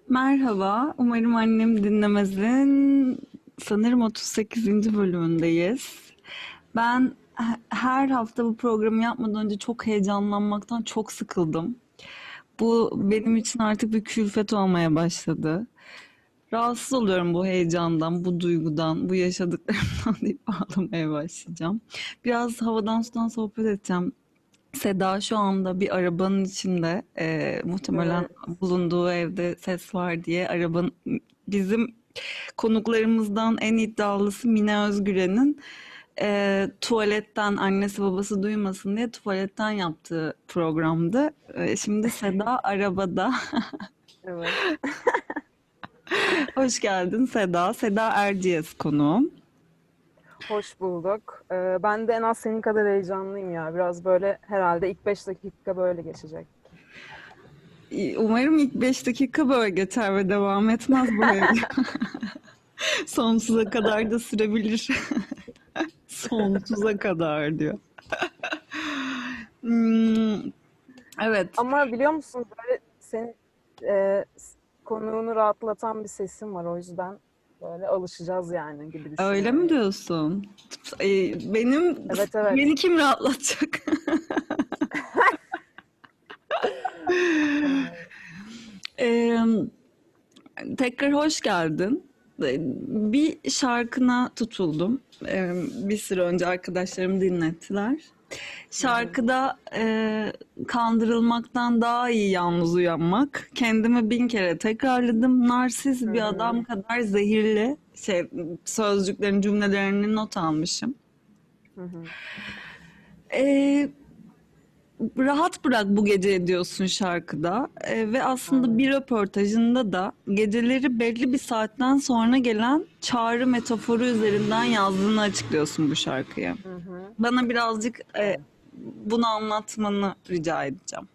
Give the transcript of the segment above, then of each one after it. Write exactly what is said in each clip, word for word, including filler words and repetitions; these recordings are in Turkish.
Merhaba, umarım annem dinlemezin sanırım otuz sekizinci bölümündeyiz. Ben he- her hafta bu programı yapmadan önce çok heyecanlanmaktan çok sıkıldım. Bu benim için artık bir külfet olmaya başladı. Rahatsız oluyorum bu heyecandan, bu duygudan, bu yaşadıklarımdan deyip ağlamaya başlayacağım. Biraz havadan sudan sohbet edeceğim. Seda şu anda bir arabanın içinde. Eee, muhtemelen Evet. bulunduğu evde ses var diye arabanın bizim konuklarımızdan en iddialısı Mine Özgüren'in eee, tuvaletten annesi babası duymasın diye tuvaletten yaptığı programdı. Eee, şimdi Seda arabada. Evet. Hoş geldin Seda. Seda Erciyes konuğum. Hoş bulduk. Ee, ben de en az senin kadar heyecanlıyım ya. Biraz böyle herhalde ilk beş dakika böyle geçecek. Umarım ilk beş dakika böyle geçer ve devam etmez bu heyecan. Sonsuza kadar da sürebilir. Sonsuza kadar diyor. Hmm, evet. Ama biliyor musun böyle senin e, s- konuğunu rahatlatan bir sesin var. O yüzden böyle alışacağız yani gibi Öyle mi düşünüyorum. diyorsun? Ee, Benim Evet, evet. beni kim rahatlatacak? Ee, Ee, Tekrar hoş geldin. Ee, Bir şarkına tutuldum. Ee, bir süre önce arkadaşlarım dinlettiler. hı hı, Şarkıda e, kandırılmaktan daha iyi yalnız uyanmak. Kendime bin kere tekrarladım. Narsiz hı bir hı. adam kadar zehirli şey sözcüklerin cümlelerini not almışım. Hı hı. E, Rahat bırak bu gece diyorsun şarkıda. E, ve aslında bir Aynen. röportajında da geceleri belli bir saatten sonra gelen çağrı metaforu üzerinden yazdığını açıklıyorsun bu şarkıyı. Hı hı. Bana birazcık e, Evet. bunu anlatmanı rica edeceğim.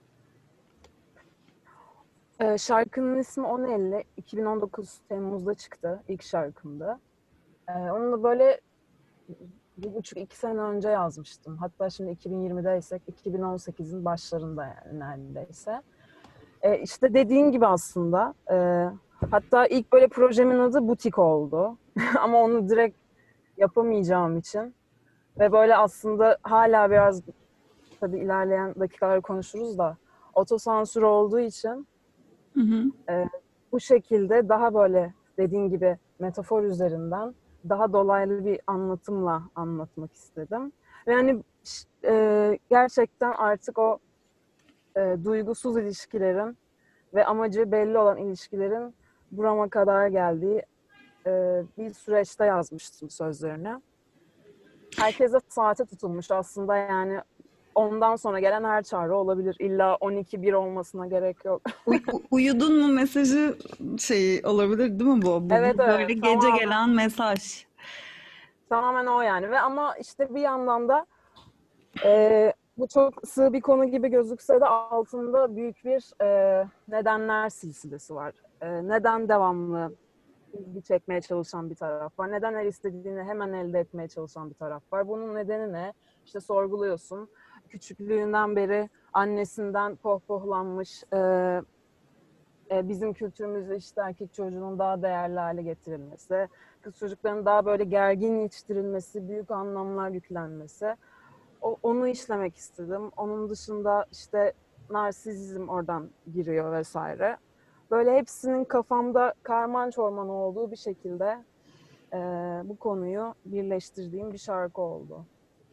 Ee, şarkının ismi on elli. iki bin on dokuz Temmuz'da çıktı. İlk şarkımdı. Ee, onu da böyle bir buçuk iki sene önce yazmıştım. Hatta şimdi iki bin yirmideysek iki bin on sekizin başlarında yani neredeyse. E, işte dediğin gibi aslında. E, hatta ilk böyle projemin adı Butik oldu. Ama onu direkt yapamayacağım için ve böyle aslında hala biraz tabii ilerleyen dakikaları konuşuruz da otosansür olduğu için Hı hı. e, bu şekilde daha böyle dediğin gibi metafor üzerinden daha dolaylı bir anlatımla anlatmak istedim. Ve yani e, gerçekten artık o e, duygusuz ilişkilerin ve amacı belli olan ilişkilerin burama kadar geldiği e, bir süreçte yazmıştım sözlerini. Herkese saate tutulmuş aslında yani ondan sonra gelen her çağrı olabilir. İlla on iki bir olmasına gerek yok. Uy- u- uyudun mu mesajı şey olabilir değil mi bu? Bu, Evet, bu böyle evet, gece tamamen gelen mesaj. tamamen o yani. Ve ama işte bir yandan da e, bu çok sığ bir konu gibi gözükse de altında büyük bir e, nedenler silsilesi var. E, neden devamlı ilgi çekmeye çalışan bir taraf var. Neden her istediğini hemen elde etmeye çalışan bir taraf var. Bunun nedeni ne? İşte sorguluyorsun. Küçüklüğünden beri annesinden pohpohlanmış, e, e, bizim kültürümüzde işte erkek çocuğunun daha değerli hale getirilmesi, kız çocukların daha böyle gergin yetiştirilmesi, büyük anlamlar yüklenmesi. O, onu işlemek istedim. Onun dışında işte narsizm oradan giriyor vesaire. Böyle hepsinin kafamda karman çorman olduğu bir şekilde e, bu konuyu birleştirdiğim bir şarkı oldu.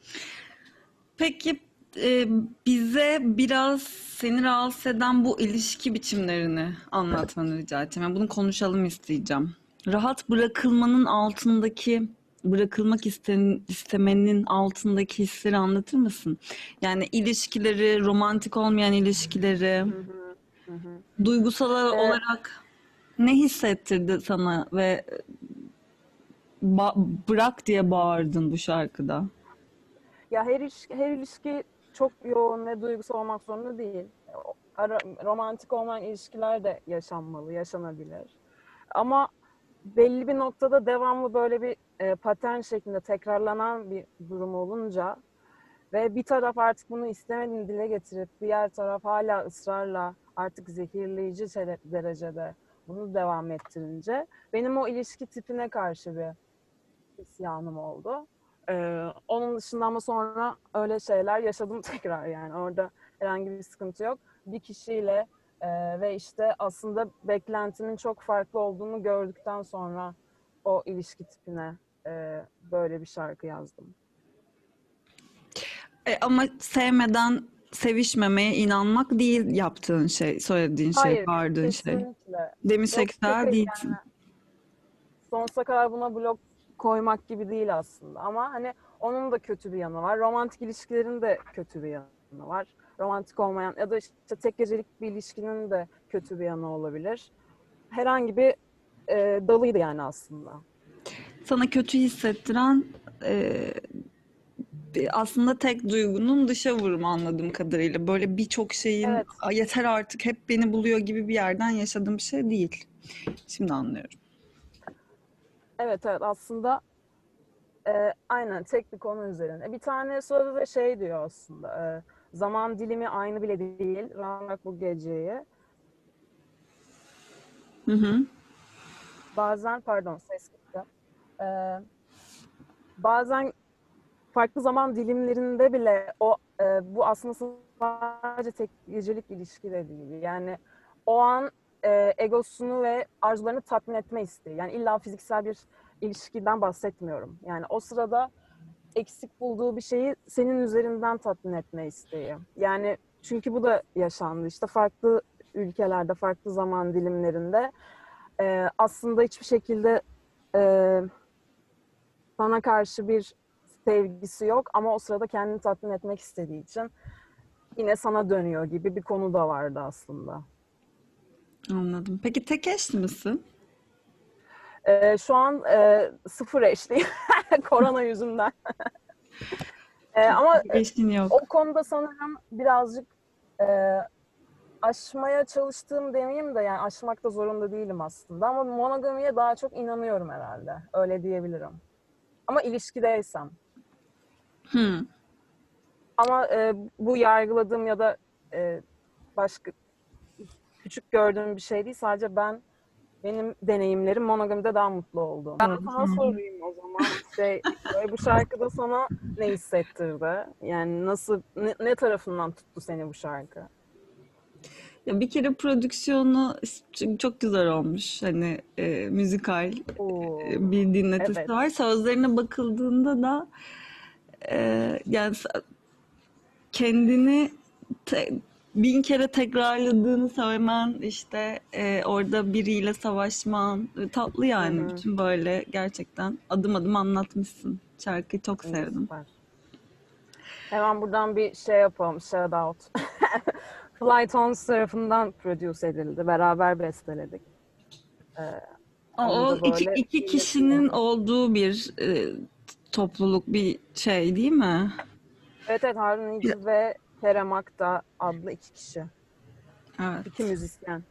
Peki e, bize biraz seni rahatsız eden bu ilişki biçimlerini anlatmanı rica edeceğim. Yani bunu konuşalım isteyeceğim. Rahat bırakılmanın altındaki bırakılmak isten, istemenin altındaki hisleri anlatır mısın? Yani ilişkileri, romantik olmayan ilişkileri, Hı hı, hı hı. duygusal E, olarak ne hissettirdi sana ve ba- bırak diye bağırdın bu şarkıda? Ya her ilişki, her ilişki çok yoğun ve duygusal olmak zorunda değil. Ara, romantik olmayan ilişkiler de yaşanmalı, yaşanabilir. Ama belli bir noktada devamlı böyle bir e, patern şeklinde tekrarlanan bir durum olunca ve bir taraf artık bunu istemediğini dile getirip diğer taraf hala ısrarla artık zehirleyici derecede bunu devam ettirince benim o ilişki tipine karşı bir isyanım oldu. Ee, onun dışında ama sonra öyle şeyler yaşadım tekrar yani. Orada herhangi bir sıkıntı yok. Bir kişiyle e, ve işte aslında beklentimin çok farklı olduğunu gördükten sonra o ilişki tipine e, böyle bir şarkı yazdım. E, ama sevmeden sevişmemeye inanmak değil yaptığın şey, söylediğin şey, Hayır, bağırdığın şey. kesinlikle. Yok yok Demisexuel hayır değilsin. yani sonsuza kadar buna blok koymak gibi değil aslında. Ama hani onun da kötü bir yanı var. Romantik ilişkilerin de kötü bir yanı var. Romantik olmayan ya da işte tek gecelik bir ilişkinin de kötü bir yanı olabilir. Herhangi bir e, dalıydı yani aslında. Sana kötü hissettiren e, aslında tek duygunun dışa vurumu anladığım kadarıyla. Böyle birçok şeyin Evet, "Aa, yeter artık hep beni buluyor" gibi bir yerden yaşadığım bir şey değil. Şimdi anlıyorum. evet, evet aslında e, aynen tek bir konu üzerine. Bir tane sözde de şey diyor aslında. E, zaman dilimi aynı bile değil. Rahat bu geceyi. Hı hı. Bazen pardon ses gitti. E, bazen farklı zaman dilimlerinde bile o e, bu aslında sadece tek gecelik ilişki de değil. Yani o an e, egosunu ve arzularını tatmin etme isteği. Yani illa fiziksel bir ilişkiden bahsetmiyorum. Yani o sırada eksik bulduğu bir şeyi senin üzerinden tatmin etme isteği. Yani çünkü bu da yaşandı. İşte farklı ülkelerde, farklı zaman dilimlerinde e, aslında hiçbir şekilde e, sana karşı bir sevgisi yok ama o sırada kendini tatmin etmek istediği için yine sana dönüyor gibi bir konu da vardı aslında. Anladım. Peki tek eş misin? Ee, şu an e, sıfır eşliyim korona yüzünden. Ee, ama Eşin o yok. konuda sanırım birazcık e, aşmaya çalıştığım demeyeyim de yani aşmak da zorunda değilim aslında ama monogamiye daha çok inanıyorum herhalde. Öyle diyebilirim. Ama ilişkideysem. Hı. Ama e, bu yargıladığım ya da e, başka küçük gördüğüm bir şey değil. Sadece ben benim deneyimlerim monogamide daha mutlu olduğum. Ben Doğru. sana sorayım o zaman. Şey, böyle bu şarkıda sana ne hissettirdi? Yani nasıl, ne, ne tarafından tuttu seni bu şarkı? Ya bir kere prodüksiyonu ç- çok güzel olmuş. Hani e, müzikal Oo, e, bir dinletisi evet. var. Sözlerine bakıldığında da e, yani sa- kendini te- bin kere tekrarladığını söylemen, işte e, orada biriyle savaşman e, tatlı Hı yani. hı. Bütün böyle gerçekten adım adım anlatmışsın. Şarkıyı çok İyi, sevdim. süper. Hemen buradan bir şey yapalım, shout out. Flytones tarafından produce edildi. Beraber besteledik. Ee, O, onu o da iki, böyle iki kişinin belirteyim. olduğu bir e, topluluk, bir şey değil mi? Evet, evet Harun İnci ve Kerem Akta adlı iki kişi. İki Evet. müzisyen.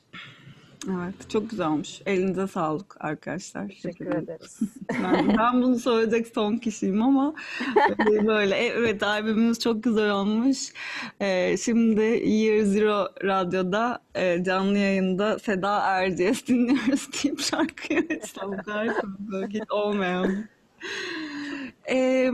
Evet, çok güzel olmuş. Elinize sağlık arkadaşlar. Teşekkür Hepiniz. ederiz. Ben, ben bunu söyleyecek son kişiyim ama e, böyle e, evet, albümümüz çok güzel olmuş. E, şimdi Year Zero Radyo'da e, canlı yayında Seda Erciyes dinliyoruz deyip şarkıyı açsam gayet böyle hiç olmayan. E,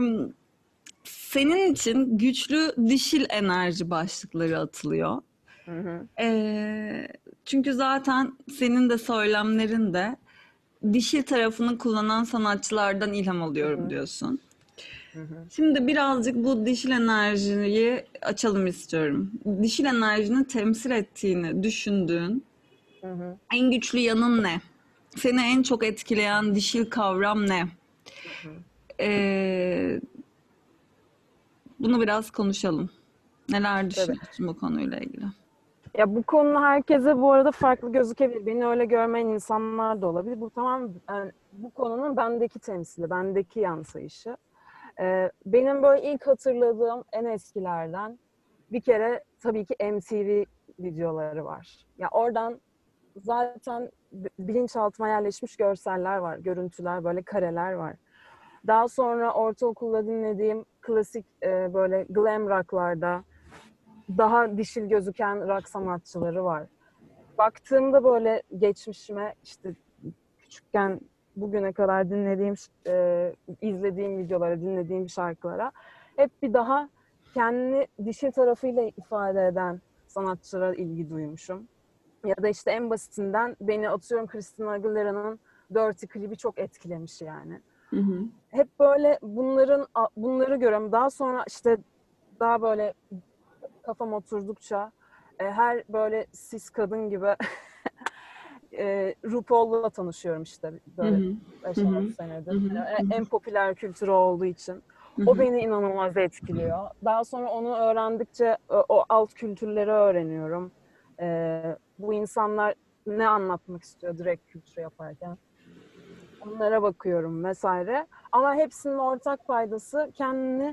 senin için güçlü dişil enerji başlıkları atılıyor. Hı hı, E, çünkü zaten senin de söylemlerin de dişil tarafını kullanan sanatçılardan ilham hı alıyorum hı, diyorsun. hı hı, Şimdi birazcık bu dişil enerjiyi açalım istiyorum. Dişil enerjinin temsil ettiğini düşündüğün hı hı, en güçlü yanın ne? Seni en çok etkileyen dişil kavram ne? hı hı. Ee, bunu biraz konuşalım. Neler Tabii. düşünüyorsun bu konuyla ilgili? Ya bu konu herkese bu arada farklı gözükebilir. Beni öyle görmeyen insanlar da olabilir. Bu tamam yani bu konunun bendeki temsili, bendeki yansıyışı. Ee, benim böyle ilk hatırladığım en eskilerden bir kere tabii ki M T V videoları var. Ya oradan zaten bilinçaltıma yerleşmiş görseller var, görüntüler, böyle kareler var. Daha sonra ortaokulda dinlediğim klasik e, böyle glam rock'larda daha dişil gözüken rock sanatçıları var. baktığımda böyle geçmişime işte küçükken bugüne kadar dinlediğim, e, izlediğim videolara, dinlediğim şarkılara hep bir daha kendini dişil tarafıyla ifade eden sanatçılara ilgi duymuşum. Ya da işte en basitinden beni atıyorum Christina Aguilera'nın Dirty klibi çok etkilemiş yani. Hı hı. Hep böyle bunların bunları görüyorum. Daha sonra işte daha böyle kafam oturdukça e, her böyle cis kadın gibi e, RuPaul'la tanışıyorum işte Hı böyle hı. Hı beş hı. altı Hı senedir. hı. Yani Hı en popüler kültürü olduğu için. hı. O beni inanılmaz etkiliyor. Daha sonra onu öğrendikçe o, o alt kültürleri öğreniyorum. E, bu insanlar ne anlatmak istiyor direkt kültür yaparken. Onlara bakıyorum vesaire. Ama hepsinin ortak paydası kendini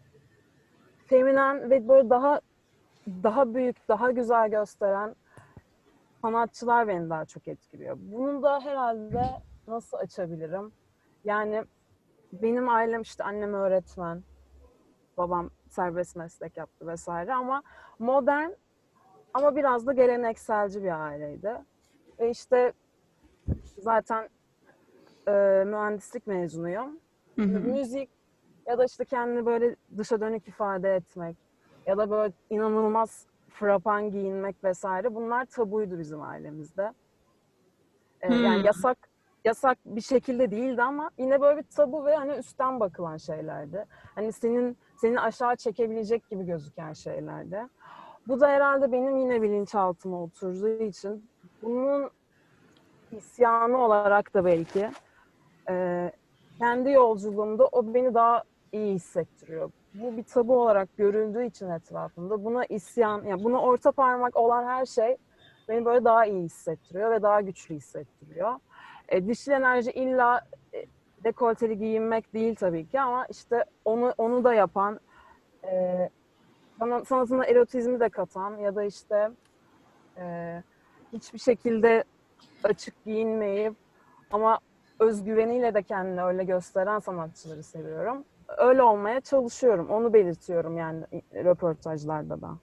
feminen ve böyle daha daha büyük, daha güzel gösteren sanatçılar beni daha çok etkiliyor. Bunu da herhalde nasıl açabilirim? Yani benim ailem işte annem öğretmen, babam serbest meslek yaptı vesaire ama modern ama biraz da gelenekselci bir aileydi. Ve işte zaten e, mühendislik mezunuyum. Hı hı. Müzik ya da işte kendini böyle dışa dönük ifade etmek ya da böyle inanılmaz frapan giyinmek vesaire bunlar tabuydu bizim ailemizde. Ee, Hı. yani yasak yasak bir şekilde değildi ama yine böyle bir tabu ve hani üstten bakılan şeylerdi. Hani senin seni aşağı çekebilecek gibi gözüken şeylerdi. Bu da herhalde benim yine bilinçaltıma oturduğu için bunun isyanı olarak da belki e, kendi yolculuğumda o beni daha iyi hissettiriyor. Bu bir tabu olarak görüldüğü için etrafımda buna isyan, yani buna orta parmak olan her şey beni böyle daha iyi hissettiriyor ve daha güçlü hissettiriyor. E, dişil enerji illa e, dekolteli giyinmek değil tabii ki ama işte onu onu da yapan, e, sanatına erotizmi de katan ya da işte e, hiçbir şekilde açık giyinmeyip ama özgüveniyle de kendini öyle gösteren sanatçıları seviyorum. Öyle olmaya çalışıyorum. Onu belirtiyorum yani röportajlarda da.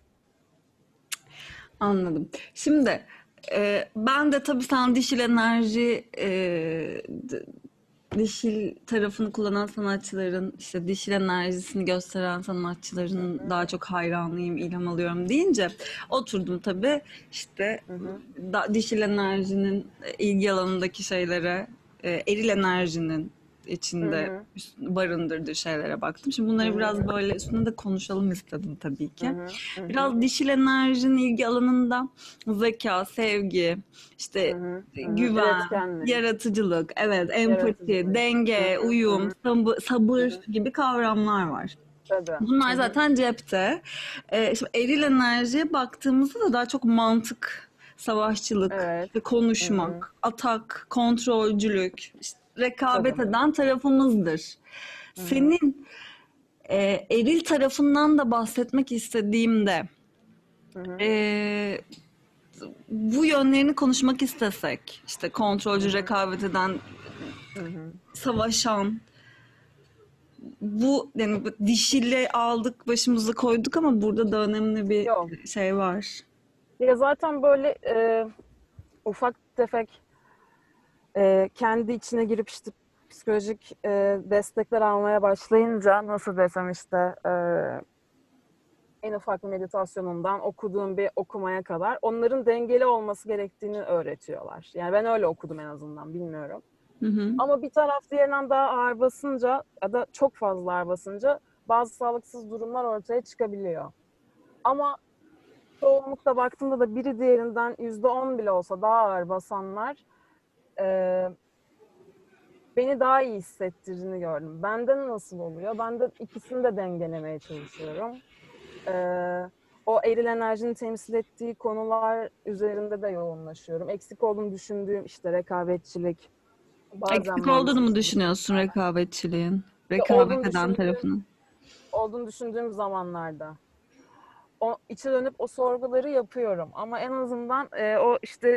Anladım. Şimdi e, ben de tabii sen dişil enerji e, d- dişil tarafını kullanan sanatçıların işte dişil enerjisini gösteren sanatçıların daha çok hayranıyım, ilham alıyorum deyince oturdum tabii işte Hı hı. da, dişil enerjinin ilgi alanındaki şeylere, e, eril enerjinin Hı içinde hı. barındırdığı şeylere baktım. Şimdi Hı bunları hı. biraz böyle üstüne de konuşalım istedim tabii Hı ki. hı. Hı hı. Biraz dişil enerjinin ilgi alanında zeka, sevgi, Hı işte hı. Hı hı. güven, Üretkenlik, yaratıcılık, evet, empati, yaratıcılık. Hı denge, hı. Hı uyum, hı. sabır, Hı sabır hı. gibi kavramlar var. Tabii. Bunlar Hı hı. zaten cepte. Ee, şimdi eril enerjiye baktığımızda da daha çok mantık, savaşçılık, Evet. işte Hı hı. konuşmak, atak, kontrolcülük, işte rekabet Tabii. eden tarafımızdır. Hı hı. Senin e, eril tarafından da bahsetmek istediğimde Hı hı. e, bu yönlerini konuşmak istesek, işte Hı kontrolcü, hı. rekabet eden, Hı hı. savaşan, bu yani bu dişiyle aldık başımıza koyduk ama burada da önemli bir Yok. şey var. Ya zaten böyle e, ufak tefek e, kendi içine girip işte psikolojik e, destekler almaya başlayınca nasıl desem işte e, en ufak bir meditasyonundan okuduğum bir okumaya kadar onların dengeli olması gerektiğini öğretiyorlar. Yani ben öyle okudum en azından bilmiyorum. Hı hı. Ama bir taraf diğerinden daha ağır basınca ya da çok fazla ağır basınca bazı sağlıksız durumlar ortaya çıkabiliyor. Ama çoğunlukla baktığımda da biri diğerinden yüzde on bile olsa daha ağır basanlar e, beni daha iyi hissettirdiğini gördüm. Bende nasıl oluyor? Ben de ikisini de dengelemeye çalışıyorum. Ee, o eril enerjinin temsil ettiği konular üzerinde de yoğunlaşıyorum. Eksik olduğunu düşündüğüm işte rekabetçilik, bazen Eksik olduğunu mu mantıksızlık düşünüyorsun rekabetçiliğin? Rekabet olduğunu eden düşündüğüm tarafının. olduğunu düşündüğüm zamanlarda. O içe dönüp o sorguları yapıyorum. Ama en azından e, o işte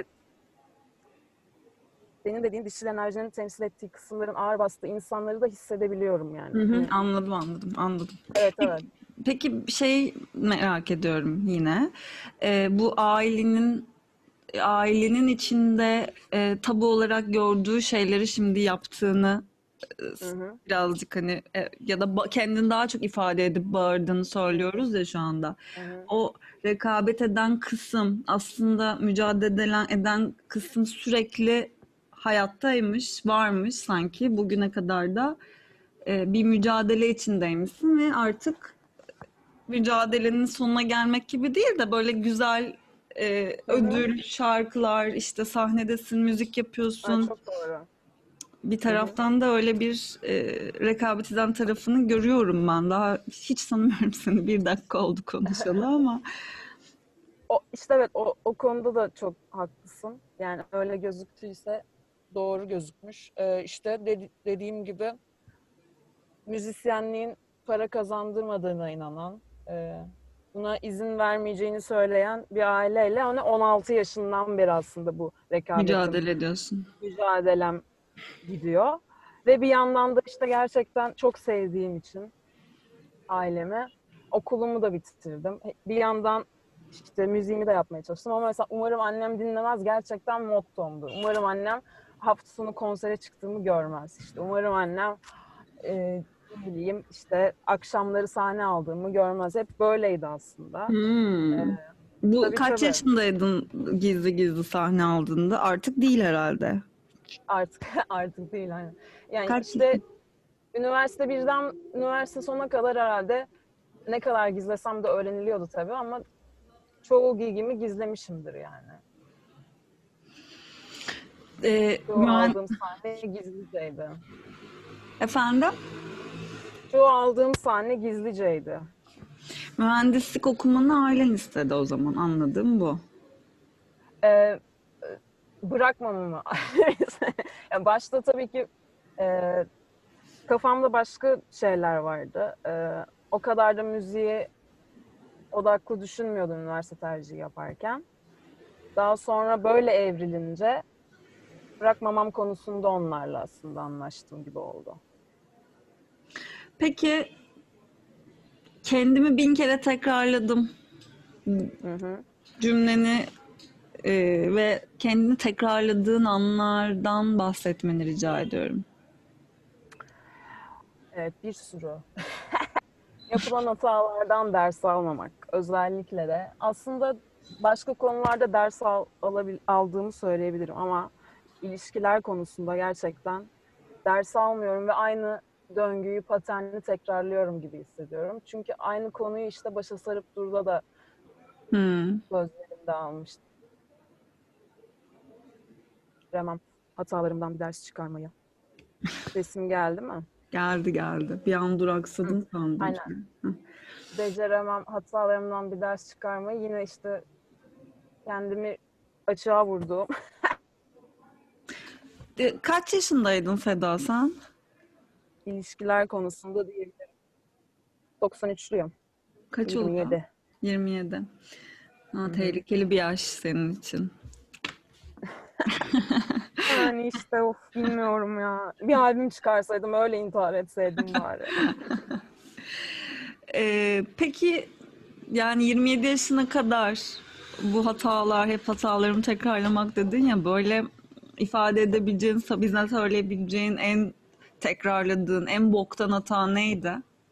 senin dediğin dişil enerjinin temsil ettiği kısımların ağır bastığı insanları da hissedebiliyorum yani. Hı hı, Hani anladım anladım anladım. evet Peki, evet. peki bir şey merak ediyorum yine. Ee, bu ailenin ailenin içinde e, tabu olarak gördüğü şeyleri şimdi yaptığını e, Hı hı. birazcık hani e, ya da ba- kendini daha çok ifade edip bağırdığını Hı söylüyoruz ya şu anda. hı. Hı. O rekabet eden kısım, aslında mücadele eden, eden kısım sürekli hayattaymış, varmış sanki bugüne kadar da e, bir mücadele içindeymişsin ve artık mücadelenin sonuna gelmek gibi değil de böyle güzel e, Hı hı. ödül, şarkılar, işte sahnedesin, müzik Ay, yapıyorsun. çok doğru. Bir Hı hı. taraftan da öyle bir e, rekabet eden tarafını görüyorum ben. Daha hiç tanımıyorum seni. Bir dakika oldu konuşalı ama. O işte evet o, o konuda da çok haklısın. Yani öyle gözüktüyse doğru gözükmüş. Ee, işte dedi- dediğim gibi müzisyenliğin para kazandırmadığına inanan, e, buna izin vermeyeceğini söyleyen bir aileyle hani on altı yaşından beri aslında bu rekabetim, Mücadele ediyorsun. mücadelem gidiyor. Ve bir yandan da işte gerçekten çok sevdiğim için ailemi okulumu da bitirdim. Bir yandan işte müziğimi de yapmaya çalıştım ama mesela umarım annem dinlemez gerçekten mottomdu. Umarım annem hafta sonu konsere çıktığımı görmez. İşte umarım annem e, ne bileyim işte akşamları sahne aldığımı görmez. Hep böyleydi aslında. E, Hmm. Bu tabii kaç tabii yaşındaydın gizli gizli sahne aldığında? Artık değil herhalde. artık artık değil hani. Yani Kaç? işte üniversite birden üniversite sonuna kadar herhalde ne kadar gizlesem de öğreniliyordu tabii ama çoğu gigimi gizlemişimdir yani. E, Çoğu mühen- aldığım sahne gizliceydi. Efendim? Çoğu aldığım sahne gizliceydi. Mühendislik okumanı ailen istedi o zaman. Anladığım bu. Ee, bırakmamamı. Yani başta tabii ki e, kafamda başka şeyler vardı. Ee, o kadar da müziğe odaklı düşünmüyordum üniversite tercihi yaparken. Daha sonra böyle evrilince bırakmamam konusunda onlarla aslında anlaştığım gibi oldu. Peki kendimi bin kere tekrarladım Hı hı. cümleni e, ve kendini tekrarladığın anlardan bahsetmeni rica ediyorum. Evet, bir sürü. Yapılan hatalardan ders almamak özellikle de aslında başka konularda ders al, alabil, aldığımı söyleyebilirim ama ilişkiler konusunda gerçekten ders almıyorum ve aynı döngüyü, paterni tekrarlıyorum gibi hissediyorum. Çünkü aynı konuyu işte başa sarıp durda da Hmm, gözlerimde almıştım. Bilemem hatalarımdan bir ders çıkarmayı. Sesim geldi mi? geldi geldi. Bir an Hı, duraksadın sandım. aynen. Beceremem hatalarımdan bir ders çıkarmayı. Yine işte kendimi açığa vurduğum E, Kaç yaşındaydın Seda sen? ilişkiler konusunda diyebilirim. doksan üçlüyüm. Kaç oldu? yirmi yedi. yirmi yedi. Hı Ha, hı. tehlikeli bir yaş senin için. Yani işte of bilmiyorum ya. Bir albüm çıkarsaydım öyle intihar etseydim bari. E, peki yani yirmi yedi yaşına kadar bu hatalar, hep hatalarımı tekrarlamak dedin ya, böyle ifade edebileceğin, bize söyleyebileceğin en tekrarladığın, en boktan hata neydi?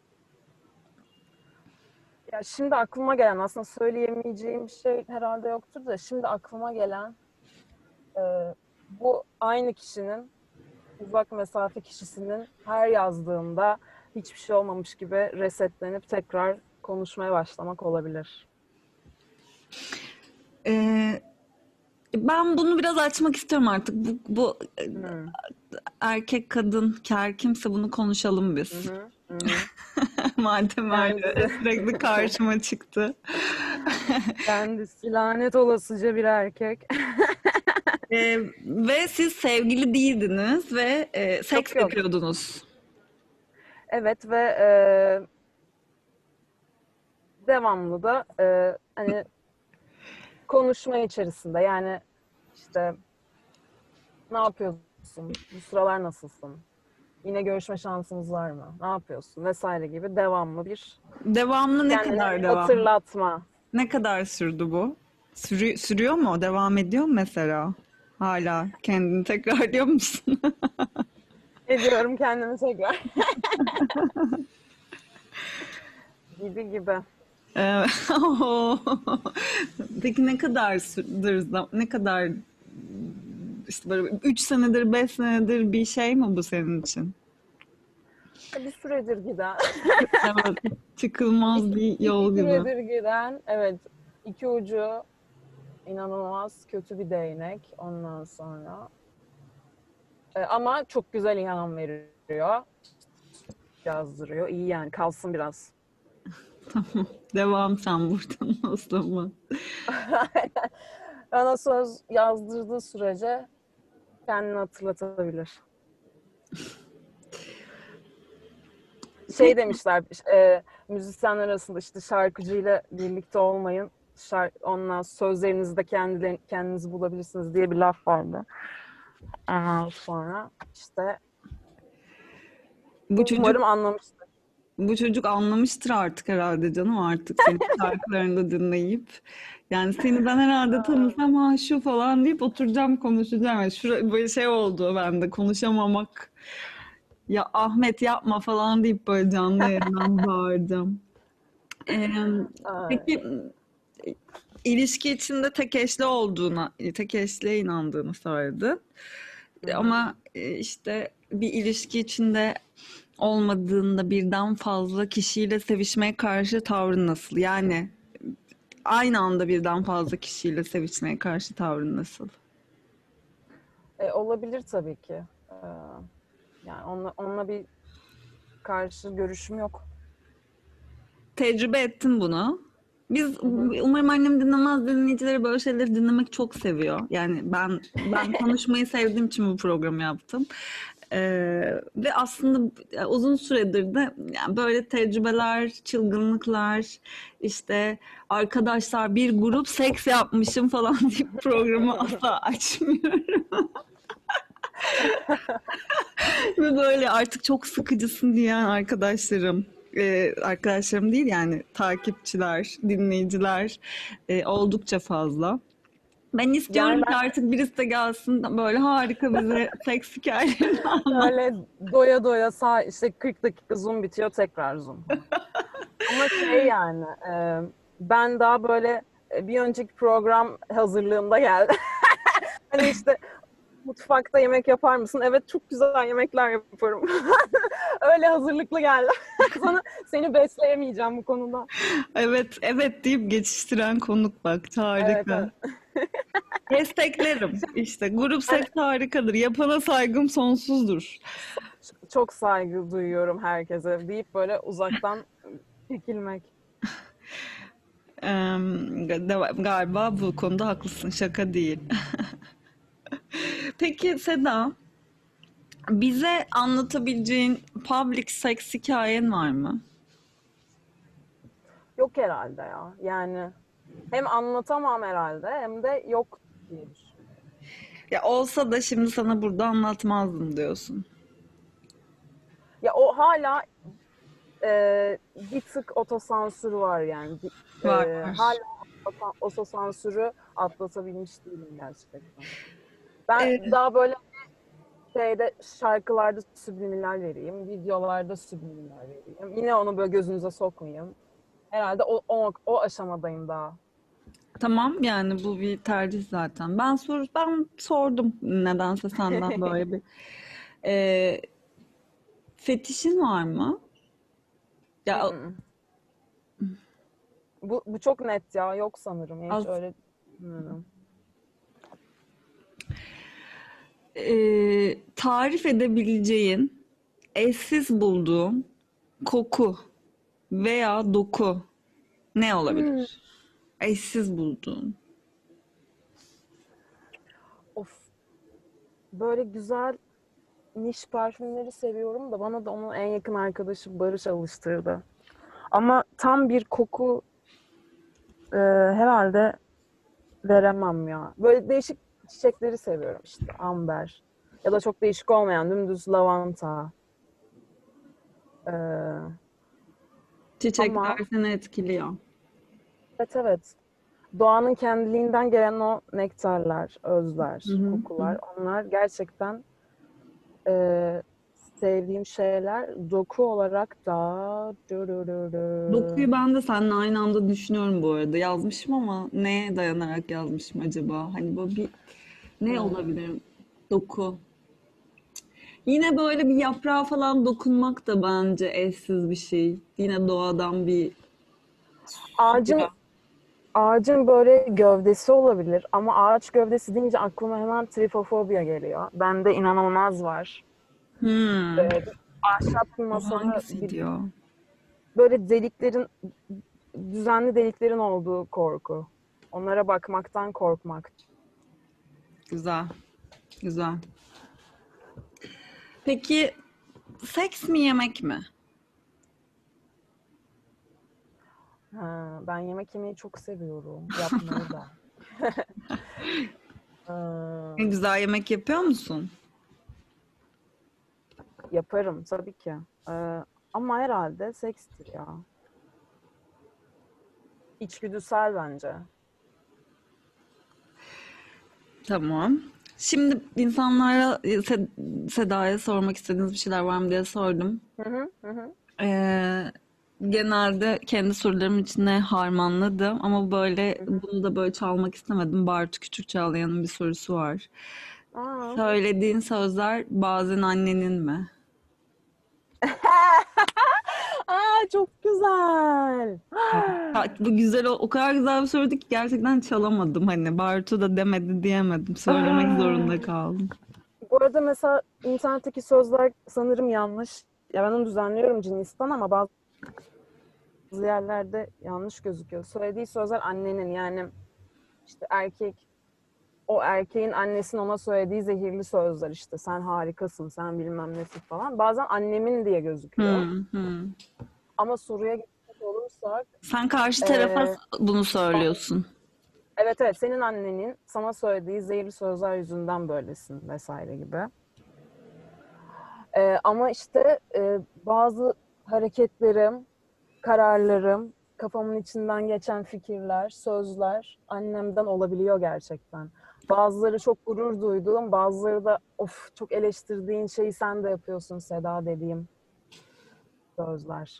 Ya şimdi aklıma gelen aslında söyleyemeyeceğim bir şey herhalde yoktur da şimdi aklıma gelen e, bu aynı kişinin uzak mesafe kişisinin her yazdığında hiçbir şey olmamış gibi resetlenip tekrar konuşmaya başlamak olabilir. E, Ben bunu biraz açmak istiyorum artık. Bu, bu e, Hmm. erkek, kadın, ker kimse bunu konuşalım Hı biz. hı, hı hı. Madem öyle Kendisi, sürekli karşıma çıktı. kendisi lanet olasıca bir erkek. Ee, ve siz sevgili değildiniz ve e, seks Yok yok. yapıyordunuz. Evet ve e, devamlı da e, hani konuşma içerisinde yani işte ne yapıyorsun? Bu sıralar nasılsın? Yine görüşme şansımız var mı? Ne yapıyorsun? Vesaire gibi devamlı bir Devamlı ne kendine kadar bir devam? hatırlatma. Ne kadar sürdü bu? Sürü- sürüyor mu? Devam ediyor mu mesela? Hala kendini tekrarlıyor musun? Ediyorum kendimi tekrar. Gibi gibi. Ee, Peki ne kadar sürdür, ne kadar işte böyle üç senedir, beş senedir bir şey mi bu senin için? Bir süredir giden. Evet, çıkılmaz iki, bir iki yol gibi. süredir giden. Evet. iki ucu inanılmaz kötü bir değnek. Ondan sonra. E, ama çok güzel ilham veriyor. Yazdırıyor. İyi yani. Kalsın biraz. Devam sen buradan o zaman. Bana söz yazdırdığı sürece kendini hatırlatabilir. Şey Peki, demişler, e, müzisyenler arasında işte şarkıcıyla birlikte olmayın. Şark, ondan sözlerinizi de kendileri, kendinizi bulabilirsiniz diye bir laf vardı. Ondan sonra işte bu çocuk umarım anlamıştır. bu çocuk anlamıştır artık herhalde canım, artık senin şarkılarını da dinleyip. Yani seni ben herhalde tanısam ha şu falan deyip oturacağım, konuşacağım. Yani şura, böyle şey oldu bende, konuşamamak. Ya Ahmet yapma falan deyip böyle canlı yayından bağıracağım. Ee, Ay, peki ilişki içinde tek eşli olduğuna, tek eşliğe inandığını söyledin. hı hı. Ama e, işte bir ilişki içinde olmadığında birden fazla kişiyle sevişmeye karşı tavrın nasıl? Yani aynı anda birden fazla kişiyle sevişmeye karşı tavrın nasıl? E, olabilir tabii ki. E, yani onunla, onunla bir karşı görüşüm yok. Tecrübe ettin bunu. Biz Hı hı. umarım annem dinlemez, dinleyicileri böyle şeyleri dinlemek çok seviyor. Yani ben ben konuşmayı sevdiğim için bu programı yaptım. Ee, ve aslında uzun süredir de yani böyle tecrübeler, çılgınlıklar, işte arkadaşlar bir grup seks yapmışım falan deyip programı asla açmıyorum. Ve böyle artık çok sıkıcısın diyen arkadaşlarım, e, arkadaşlarım değil yani takipçiler, dinleyiciler e, oldukça fazla. Ben Yani istiyorum ki ben artık birisi de gelsin böyle harika bize seks hikayelerini anlat. öyle doya doya sağ işte kırk dakika Zoom bitiyor tekrar Zoom. Ama şey yani e, ben daha böyle e, bir önceki program hazırlığımda geldi. Hani işte mutfakta yemek yapar mısın? Evet çok güzel yemekler yaparım. Öyle hazırlıklı geldim. Sana seni besleyemeyeceğim bu konuda. Evet, evet deyip geçiştiren konuk bak, Evet harika. evet. Desteklerim işte, grup Yani seks harikadır, yapana saygım sonsuzdur. çok saygı duyuyorum herkese deyip böyle uzaktan çekilmek. Em, de- galiba bu konuda haklısın, şaka değil. Peki Seda, bize anlatabileceğin public sex hikayen var mı? Yok herhalde ya. Yani hem anlatamam herhalde hem de yok diye düşünüyorum. Ya olsa da şimdi sana burada anlatmazdım diyorsun. Ya o hala e, bir tık otosansür var yani. Bir- Var E, var. hala oto- otosansürü atlatabilmiş değilim gerçekten. Ben Ee, daha böyle şeyde şarkılarda subliminal vereyim, videolarda subliminal vereyim. Yine onu böyle gözünüze sokmayayım. Herhalde o, o, o aşamadayım daha. tamam, yani bu bir tercih zaten. Ben sor ben sordum nedense senden böyle bir. Ee, Fetişin var mı? Ya Mm-mm. Bu, bu çok net ya. Yok sanırım. Hiç az öyle bilmiyorum. Ee, tarif edebileceğin, eşsiz bulduğun koku veya doku ne Hmm. olabilir? Eşsiz bulduğun. Of. Böyle güzel niş parfümleri seviyorum da bana da onun en yakın arkadaşı Barış alıştırdı. Ama tam bir koku e, herhalde veremem ya. Böyle değişik çiçekleri seviyorum işte. Amber. Ya da çok değişik olmayan dümdüz lavanta. Ee, Çiçekler ama seni etkiliyor. evet evet. doğanın kendiliğinden gelen o nektarlar, Hı özler, hı, hı. kokular, onlar gerçekten e, sevdiğim şeyler. Doku olarak da Dokuyu ben de seninle aynı anda düşünüyorum bu arada. Yazmışım ama neye dayanarak yazmışım acaba? Hani böyle bir ne Hmm. olabilir? Doku. Yine böyle bir yaprağa falan dokunmak da bence eşsiz bir şey. Yine doğadan bir Ağacın suya. ağacın böyle gövdesi olabilir ama ağaç gövdesi deyince aklıma hemen trifofobia geliyor. Bende inanılmaz var. Hmm. Ee, bir ahşap bir O masada bir, hangisiydi ya? böyle deliklerin, düzenli deliklerin olduğu korku. Onlara bakmaktan korkmak. Güzel, güzel. Peki seks mi yemek mi? Ha, ben yemek yemeyi çok seviyorum. Yapmayı da. Ee, En güzel yemek yapıyor musun? yaparım tabii ki. Ee, ama herhalde sekstir ya. İçgüdüsel bence. Tamam. Şimdi insanlara e, Se- Seda'ya sormak istediğiniz bir şeyler var mı diye sordum. Hı hı, hı hı. Ee, genelde kendi sorularımın içine harmanladım ama böyle Hı hı. bunu da böyle çalmak istemedim. Bartu Küçük Çağlayan'ın bir sorusu var. Aa. Söylediğin sözler bazen annenin mi? Aa, çok güzel. Ya, bu güzel o, o kadar güzel bir soruydu ki gerçekten çalamadım hani. Bartu da demedi diyemedim. Söylemek Aa. zorunda kaldım. Bu arada mesela internetteki sözler sanırım yanlış. Ya ben onu düzenliyorum Cinistan ama bazı yerlerde yanlış gözüküyor. Söylediği sözler annenin, yani işte erkek, o erkeğin annesinin ona söylediği zehirli sözler, işte sen harikasın, sen bilmem nesin falan. Bazen annemin diye gözüküyor. Hmm, hmm. Ama soruya gelecek olursak Sen karşı tarafa eee, bunu söylüyorsun. evet evet, senin annenin sana söylediği zehirli sözler yüzünden böylesin vesaire gibi. Eee, ama işte eee, bazı hareketlerim, kararlarım, kafamın içinden geçen fikirler, sözler annemden olabiliyor gerçekten. Bazıları çok gurur duyduğum, bazıları da of çok eleştirdiğin şeyi sen de yapıyorsun Seda dediğim sözler.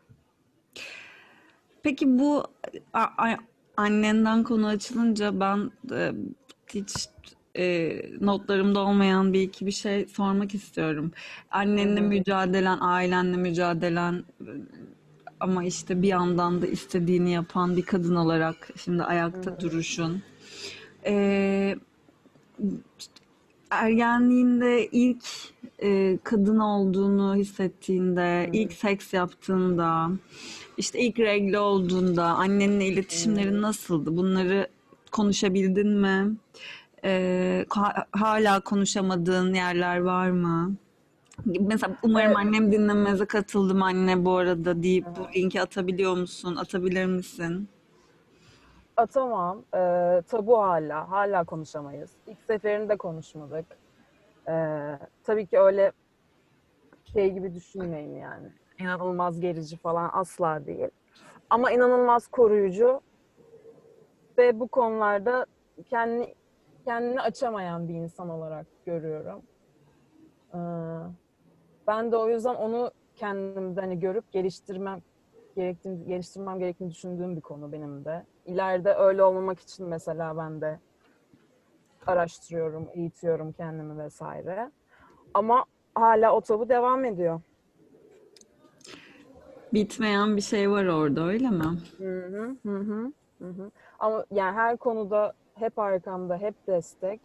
Peki bu a- a- annenden konu açılınca ben e, hiç e, notlarımda olmayan bir iki bir şey sormak istiyorum. Hı Annenle hı. mücadelen, ailenle mücadelen e, ama işte bir yandan da istediğini yapan bir kadın olarak şimdi Hı ayakta hı. duruşun. E, ergenliğinde ilk e, kadın olduğunu hissettiğinde, Hı ilk hı. seks yaptığında, işte ilk regle olduğunda annenle iletişimlerin Hmm. nasıldı? Bunları konuşabildin mi? E, ha- hala konuşamadığın yerler var mı? Mesela umarım Evet. annem dinlemeze katıldım anne bu arada deyip Hı bu hı. linki atabiliyor musun? Atabilir misin? Atamam. Ee, tabu hala. Hala konuşamayız. İlk seferinde konuşmadık. Ee, tabii ki öyle şey gibi düşünmeyin yani. İnanılmaz gerici falan asla değil. Ama inanılmaz koruyucu ve bu konularda kendini kendini açamayan bir insan olarak görüyorum. Ee, ben de o yüzden onu kendimde hani görüp geliştirmem gerektiğini, geliştirmem gerektiğini düşündüğüm bir konu benim de. İleride öyle olmamak için mesela ben de araştırıyorum, eğitiyorum kendimi vesaire. Ama hala o tabu devam ediyor. Bitmeyen bir şey var orada öyle mi? Hı hı, hı hı, hı hı. Ama yani her konuda hep arkamda, hep destek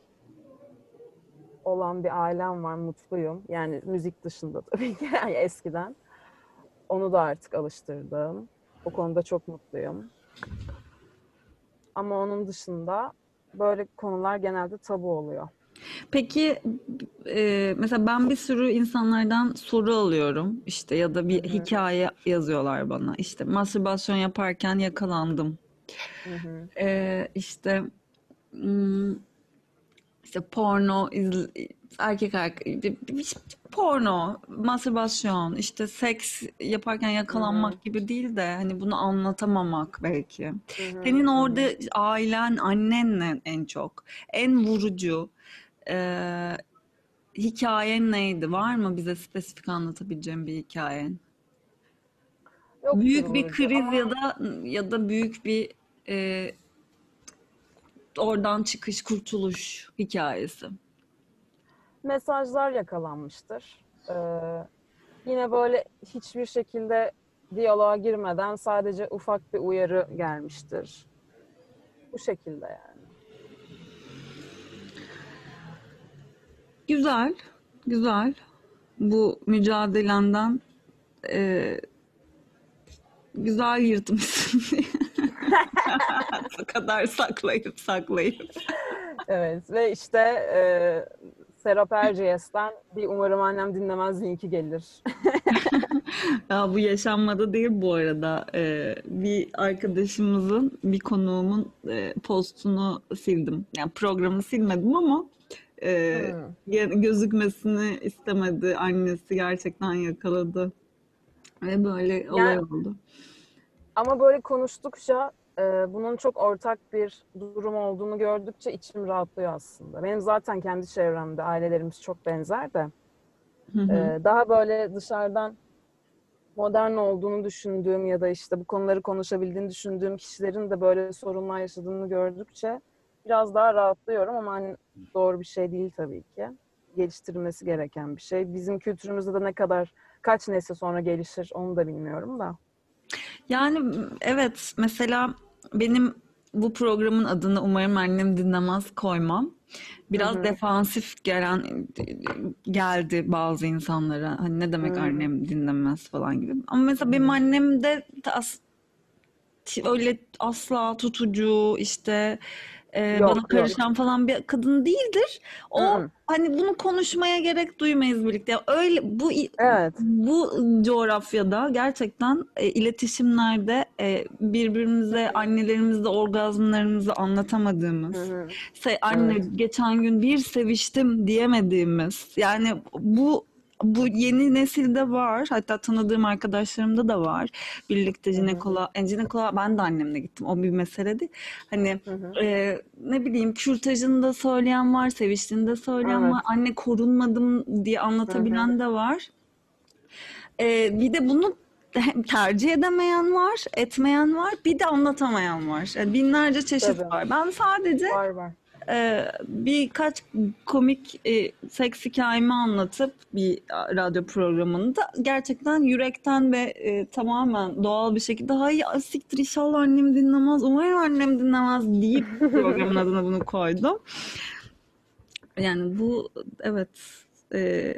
olan bir ailem var, mutluyum. Yani müzik dışında tabii ki, yani eskiden. Onu da artık alıştırdım. O konuda çok mutluyum. Ama onun dışında böyle konular genelde tabu oluyor. Peki e, mesela ben bir sürü insanlardan soru alıyorum işte ya da Hı bir hı, hikaye yazıyorlar bana işte mastürbasyon yaparken yakalandım. hı hı, E, işte hmm, işte porno izle, erkek erkek porno, mastürbasyon, işte seks yaparken Hı hı. yakalanmak gibi değil de hani bunu anlatamamak belki. Hı hı. Senin Hı orada hı. ailen, annenle en çok en vurucu e, hikayen neydi? Var mı bize spesifik anlatabileceğin bir hikayen? Yoktur Büyük bir vurucu kriz ya ama da ya da büyük bir e, oradan çıkış, kurtuluş hikayesi. mesajlar yakalanmıştır. Ee, yine böyle hiçbir şekilde diyaloğa girmeden sadece ufak bir uyarı gelmiştir. Bu şekilde yani. Güzel, güzel. Bu mücadelenden e, güzel yırtmışsın diye. Bu kadar saklayıp saklayıp. Evet ve işte e, Serap Erciyes'ten bir umarım annem dinlemez linki gelir. Ya bu yaşanmadı değil bu arada. Ee, bir arkadaşımızın, bir konuğumun e, postunu sildim. Yani programı silmedim ama e, Hmm. ge- gözükmesini istemedi. Annesi gerçekten yakaladı. Ve böyle olay Yani oldu. ama böyle konuştukça e, bunun çok ortak bir durum olduğunu gördükçe içim rahatlıyor aslında. Benim zaten kendi çevremde ailelerimiz çok benzer de Hı e, hı. daha böyle dışarıdan modern olduğunu düşündüğüm ya da işte bu konuları konuşabildiğini düşündüğüm kişilerin de böyle sorunlar yaşadığını gördükçe biraz daha rahatlıyorum ama hani doğru bir şey değil tabii ki. Geliştirilmesi gereken bir şey. Bizim kültürümüzde de ne kadar kaç nesil sonra gelişir onu da bilmiyorum da. Yani evet mesela benim bu programın adını umarım annem dinlemez koymam. Hı Biraz hı. defansif gelen geldi bazı insanlara. Hani ne Hı demek hı. annem dinlemez falan gibi. Ama Hı mesela benim hı. annem de as- öyle asla tutucu işte e, bana Yok yok. karışan falan bir kadın değildir. Hı O hı. hani bunu konuşmaya gerek duymayız birlikte. Ya öyle bu Evet. bu coğrafyada gerçekten e, iletişimlerde e, Hı birbirimize hı. annelerimizle orgazmlarımızı Hı anlatamadığımız, hı. se- anne Evet. geçen gün bir seviştim diyemediğimiz yani bu bu yeni nesilde var. Hatta tanıdığım arkadaşlarımda da var. Birlikte Hı hı. jinekoloğa, yani jinekoloğa ben de annemle gittim. O bir meseledi. Hani Hı hı. e, ne bileyim kürtajını da söyleyen var, seviştiğini de söyleyen Evet. var. Anne korunmadım diye Hı hı. anlatabilen de var. E, bir de bunu tercih edemeyen var, etmeyen var, bir de anlatamayan var. Yani binlerce çeşit Tabii. var. Ben sadece Var var. ee, birkaç komik e, seks hikayemi anlatıp bir radyo programında gerçekten yürekten ve e, tamamen doğal bir şekilde hayır siktir inşallah annem dinlemez umarım annem dinlemez deyip programın adına bunu koydum. Yani bu evet e,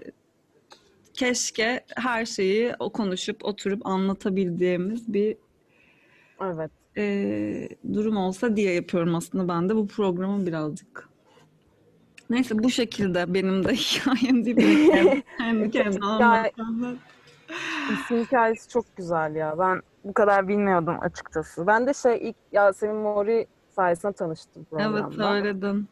keşke her şeyi o konuşup oturup anlatabildiğimiz bir Evet. e, durum olsa diye yapıyorum aslında ben de bu programı birazcık. Neyse bu şekilde benim de hikayem deyip yine kendi, kendi kendime Ya anlatacağım ben. isim hikayesi çok güzel ya. Ben bu kadar bilmiyordum açıkçası. Ben de şey ilk Yasemin Mori sayesinde tanıştım Evet programda. söyledin.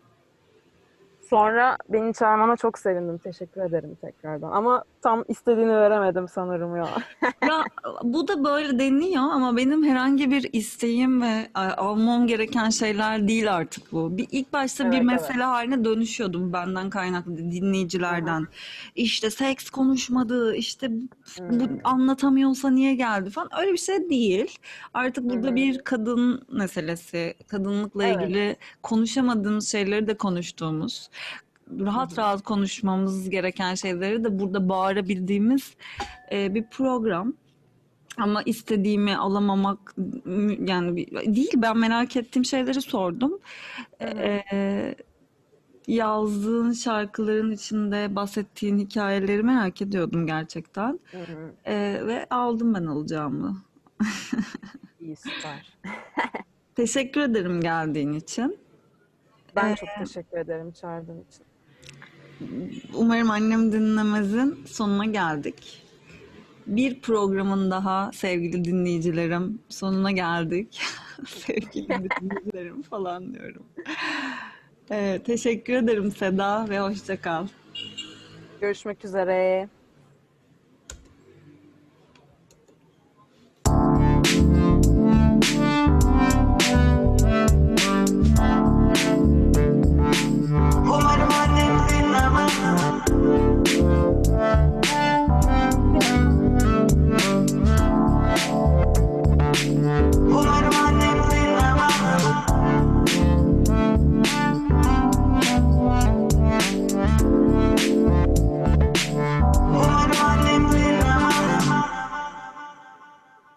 Sonra beni çağırmana çok sevindim. Teşekkür ederim tekrardan. Ama tam istediğini veremedim sanırım ya. Ya bu da böyle deniyor ama benim herhangi bir isteğim ve e, almam gereken şeyler değil artık bu. Bir, ilk başta bir Evet evet. mesele haline dönüşüyordum benden kaynaklı Hı hı. dinleyicilerden. İşte seks konuşmadı, işte bu Hmm. anlatamıyorsa niye geldi falan. Öyle bir şey değil. Artık Hı burada hı. bir kadın meselesi, kadınlıkla Evet. ilgili konuşamadığımız şeyleri de konuştuğumuz, Hı rahat hı. rahat konuşmamız gereken şeyleri de burada bağırabildiğimiz e, bir program. Ama istediğimi alamamak yani değil ben merak ettiğim şeyleri sordum. Hı hı. Ee, yazdığın şarkıların içinde bahsettiğin hikayeleri merak ediyordum gerçekten. Hı hı. Ee, ve aldım ben alacağımı. İyi süper. Teşekkür ederim geldiğin için. Ben Ee, çok teşekkür ederim çağırdığın için. umarım annem dinlemezin sonuna geldik. Bir programın daha sevgili dinleyicilerim sonuna geldik. Sevgili dinleyicilerim falan diyorum. Ee, teşekkür ederim Seda ve hoşça kal. Görüşmek üzere.